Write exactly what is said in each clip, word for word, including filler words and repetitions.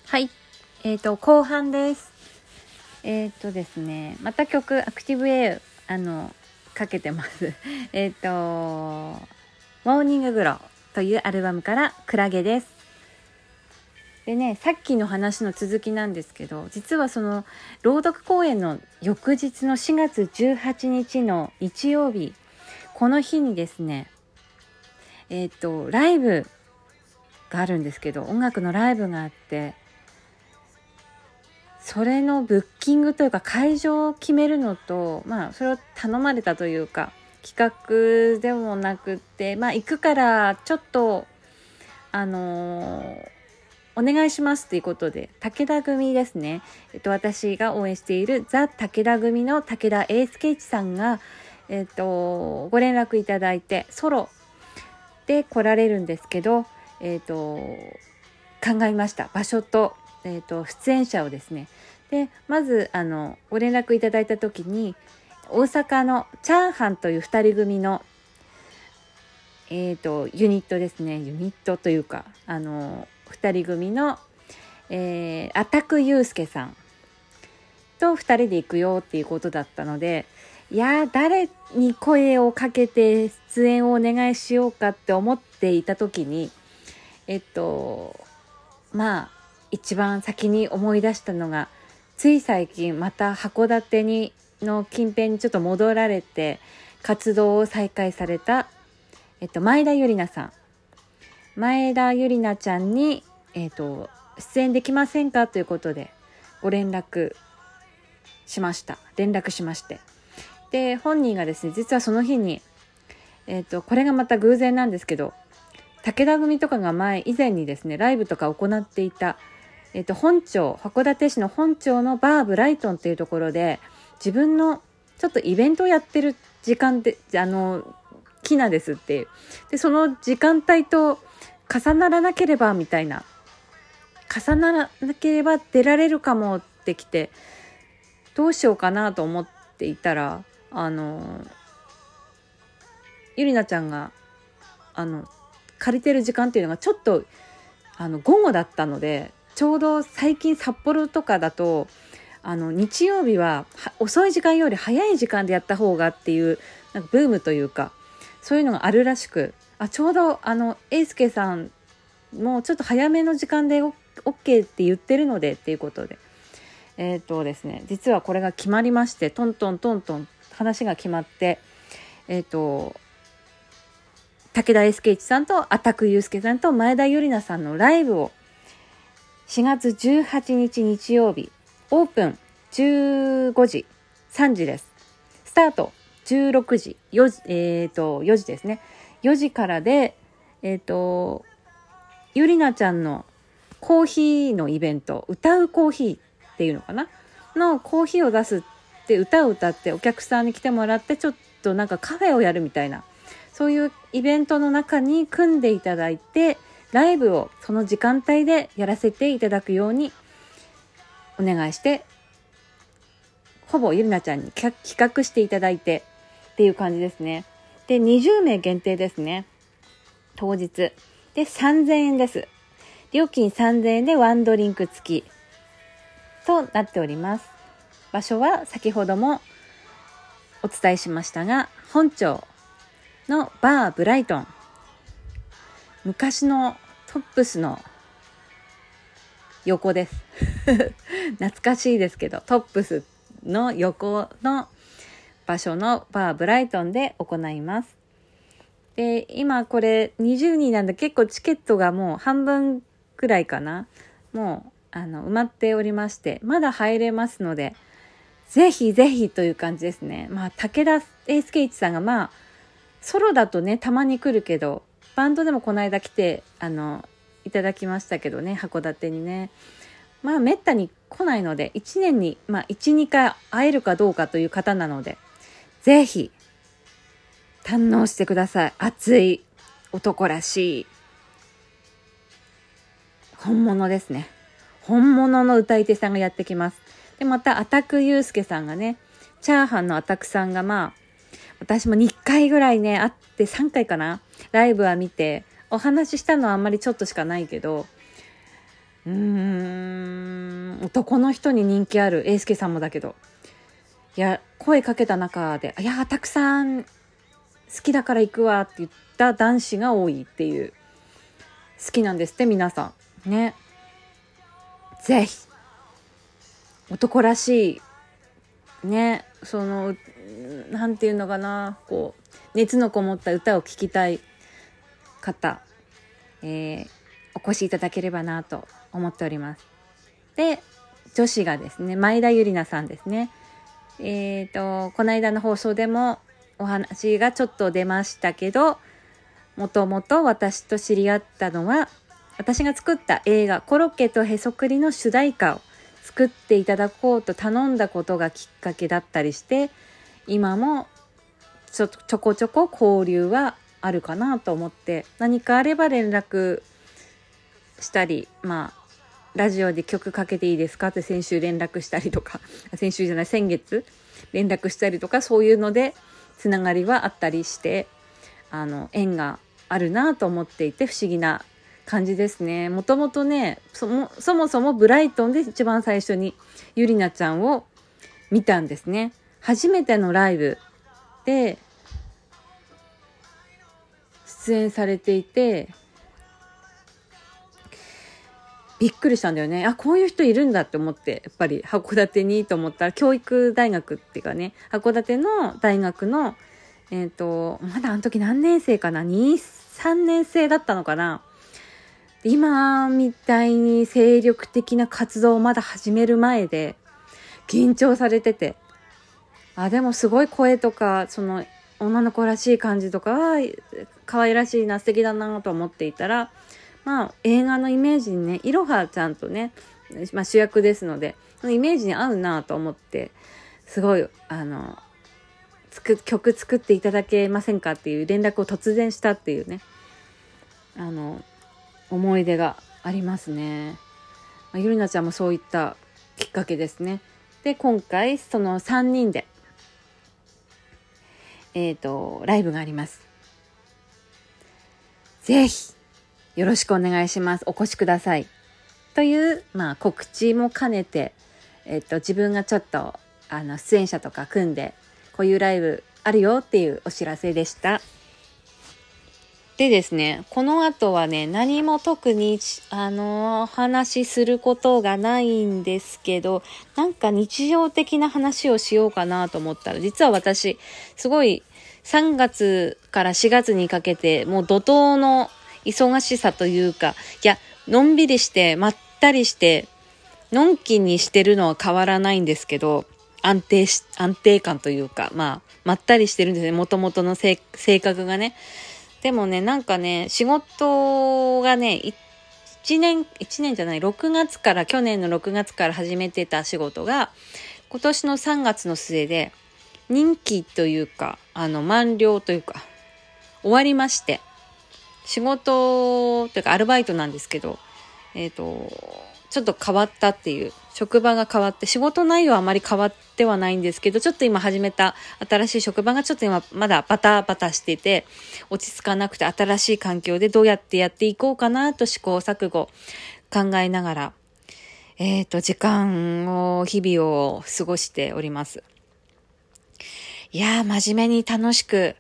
はい、えーと後半です。えっ、ー、とですね、また曲アクティブ A あのかけてます。えっとモーニンググローというアルバムからクラゲです。でね、さっきの話の続きなんですけど、実はその朗読公演の翌日のしがつじゅうはちにちの日曜日、この日にですね、えっ、ー、とライブがあるんですけど、音楽のライブがあって、それのブッキングというか会場を決めるのと、まあそれを頼まれたというか企画でもなくって、まあ行くからちょっとあのー、お願いしますということで、武田組ですね、えっと、私が応援しているザ・武田組の武田英介一さんが、えっと、ご連絡いただいてソロで来られるんですけど、えっと、考えました。場所とえーと、出演者をですね。でまずあのご連絡いただいた時に、大阪のチャーハンというふたり組の、えーと、ユニットですね。ユニットというかあのふたり組の、えー、アタクユウスケさんとふたりで行くよっていうことだったので、いや誰に声をかけて出演をお願いしようかって思っていた時に、えっとまあ一番先に思い出したのが、つい最近また函館にの近辺にちょっと戻られて活動を再開された、えっと、前田ゆりなさん前田ゆりなちゃんに、えっと、出演できませんかということでご連絡しました連絡しまして、で本人がですね、実はその日に、えっと、これがまた偶然なんですけど、武田組とかが前以前にですねライブとか行っていた、えっと、本庁、函館市の本庁のバーブライトンっていうところで自分のちょっとイベントをやってる時間で、あのキナですっていう、でその時間帯と重ならなければみたいな、重ならなければ出られるかもってきて、どうしようかなと思っていたら、あのゆりなちゃんがあの借りてる時間っていうのがちょっとあの午後だったので、ちょうど最近札幌とかだとあの日曜日は遅い時間より早い時間でやった方がっていう、なんかブームというかそういうのがあるらしく、あちょうどあの英介さんもちょっと早めの時間で OK って言ってるのでっていうことで、えーとですね、実はこれが決まりまして、トントントントン話が決まって、えーと武田 エスケーイチ さんとアタクユウスケさんと前田ゆりなさんのライブをしがつじゅうはちにち日曜日、オープンじゅうごじさんじです。スタートじゅうろくじよじ、えー、とよじですね。よじからで、えー、とゆりなちゃんのコーヒーのイベント、歌うコーヒーっていうのかなのコーヒーを出すって歌を歌ってお客さんに来てもらって、ちょっとなんかカフェをやるみたいな、そういうイベントの中に組んでいただいて、ライブをその時間帯でやらせていただくようにお願いして、ほぼゆりなちゃんに企画していただいてっていう感じですね。でにじゅうめい限定ですね。当日でさんぜんえんです。料金さんぜんえんでワンドリンク付きとなっております。場所は先ほどもお伝えしましたが、本庁のバーブライトン、昔のトップスの横です懐かしいですけど、トップスの横の場所のバーブライトンで行います。で今これにじゅうにんなんで、結構チケットがもう半分くらいかな、もうあの埋まっておりまして、まだ入れますので、ぜひぜひという感じですね。まあ武田 エーエスケーイチ さんがまあソロだとねたまに来るけど、バンドでもこの間来てあのいただきましたけどね、函館にね、まあめったに来ないので、いちねんに、まあ、いち、にかい会えるかどうかという方なので、ぜひ堪能してください。熱い男らしい本物ですね。本物の歌い手さんがやってきます。でまたアタクユウスケさんがね、チャーハンのアタクさんが、まあ私もにかいぐらいね会って、さんかいかなライブは見て、お話ししたのはあんまりちょっとしかないけど、 うーん男の人に人気ある、英介さんもだけど、いや声かけた中で、いやたくさん好きだから行くわって言った男子が多いっていう、好きなんですって皆さんね。ぜひ男らしいね、そのなんていうのかな、こう熱のこもった歌を聴きたい方、えー、お越しいただければなと思っております。で女子がですね、前田ゆりなさんですね。えーとこの間の放送でもお話がちょっと出ましたけど、もともと私と知り合ったのは、私が作った映画コロッケとへそくりの主題歌を作っていただこうと頼んだことがきっかけだったりして、今もちょ、ちょこちょこ交流はあるかなと思って、何かあれば連絡したり、まあラジオで曲かけていいですかって先週連絡したりとか、先週じゃない先月連絡したりとか、そういうのでつながりはあったりして、あの縁があるなと思っていて、不思議な感じですね。もともとね、そもそもそもブライトンで一番最初にゆりなちゃんを見たんですね。初めてのライブで出演されていて、びっくりしたんだよね。あ、こういう人いるんだって思って、やっぱり函館にと思ったら、教育大学っていうかね、函館の大学のえっとまだあの時何年生かな、に、さんねん生だったのかな。今みたいに精力的な活動をまだ始める前で緊張されてて、あでもすごい声とか、その女の子らしい感じとかは可愛らしいな、素敵だなと思っていたら、まあ映画のイメージにね、いろはちゃんとね、まあ、主役ですのでイメージに合うなと思って、すごいあのつく曲作っていただけませんかっていう連絡を突然したっていうね、あの思い出がありますね。まあ、ゆりなちゃんもそういったきっかけですね。で今回そのさんにんでえっとライブがあります。ぜひよろしくお願いします。お越しくださいという、まあ、告知も兼ねて、えっと自分がちょっとあの出演者とか組んで、こういうライブあるよっていうお知らせでした。でですね、この後はね、何も特にあの話することがないんですけど、なんか日常的な話をしようかなと思ったら、実は私すごいさんがつからしがつにかけてもう怒涛の忙しさというか、いやのんびりしてまったりしてのんきにしてるのは変わらないんですけど、安定し安定感というか、まあまったりしてるんですね、もともとの性格がね。でもね、なんかね、仕事がね、いちねん、いちねんじゃない、ろくがつから、去年のろくがつから始めてた仕事が、今年のさんがつの末で、任期というか、あの、満了というか、終わりまして、仕事というかアルバイトなんですけど、えっと、ちょっと変わったっていう、職場が変わって、仕事内容はあまり変わってはないんですけど、ちょっと今始めた新しい職場がちょっと今まだバタバタしてて、落ち着かなくて、新しい環境でどうやってやっていこうかなと試行錯誤考えながら、えっと、時間を、日々を過ごしております。いやー、真面目に楽しく、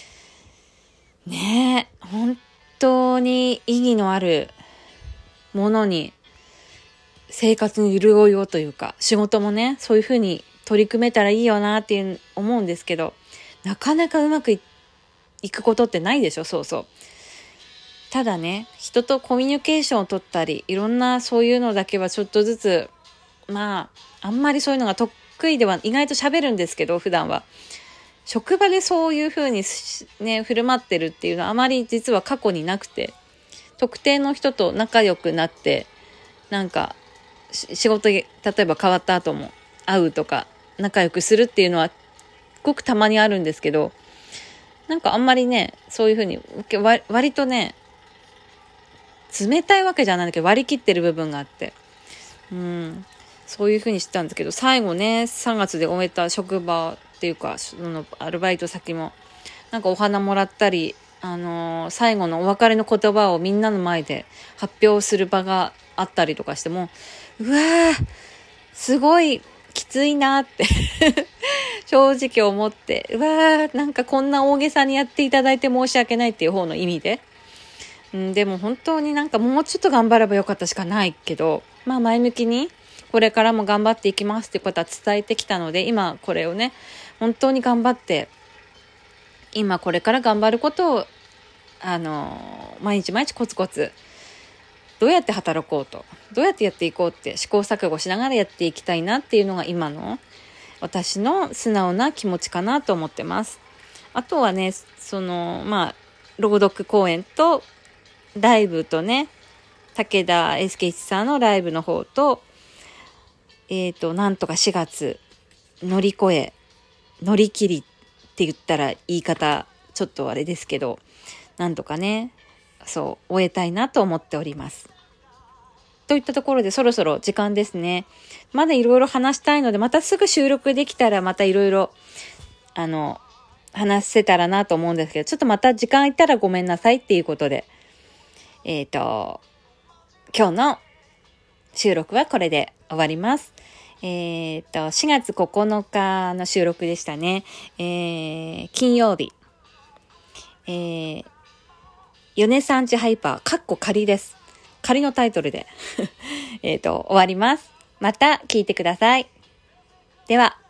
ねえ、本当に意義のあるものに、生活に潤いをというか、仕事もね、そういう風に取り組めたらいいよなっていう思うんですけど、なかなかうまく い, いくことってないでしょ。そうそう。ただね、人とコミュニケーションを取ったり、いろんなそういうのだけはちょっとずつ、まああんまりそういうのが得意では、意外と喋るんですけど、普段は職場でそういう風にね振る舞ってるっていうのはあまり実は過去になくて、特定の人と仲良くなって、なんか仕事例えば変わった後も会うとか仲良くするっていうのはごくたまにあるんですけど、なんかあんまりね、そういう風に割とね、冷たいわけじゃないんだけど割り切ってる部分があって、うん、そういう風にしてたんですけど、最後ねさんがつで終えた職場っていうか、そのアルバイト先もなんかお花もらったり、 あのー、最後のお別れの言葉をみんなの前で発表する場があったりとかしても、うわー、すごいきついなって正直思って、うわー、なんかこんな大げさにやっていただいて申し訳ないっていう方の意味で、うん、でも本当になんかもうちょっと頑張ればよかったしかないけど、まあ前向きにこれからも頑張っていきますってことは伝えてきたので、今これをね、本当に頑張って、今これから頑張ることを、あのー、毎日毎日コツコツ、どうやって働こうと、どうやってやっていこうって試行錯誤しながらやっていきたいなっていうのが今の私の素直な気持ちかなと思ってます。あとはね、その、まあ、朗読公演と、ライブとね、武田英介さんのライブの方と、えっと、なんとかしがつ、乗り越え、乗り切りって言ったら言い方、ちょっとあれですけど、なんとかね、そう、終えたいなと思っております。といったところでそろそろ時間ですね。まだいろいろ話したいので、またすぐ収録できたらまたいろいろ、あの、話せたらなと思うんですけど、ちょっとまた時間空いたらごめんなさいっていうことで、えっと、今日の収録はこれで終わります。えっと、しがつここのかの収録でしたね。えー、金曜日。えー、米さんちハイパー、かっこ仮です。仮のタイトルで、えっと、終わります。また聞いてください。では。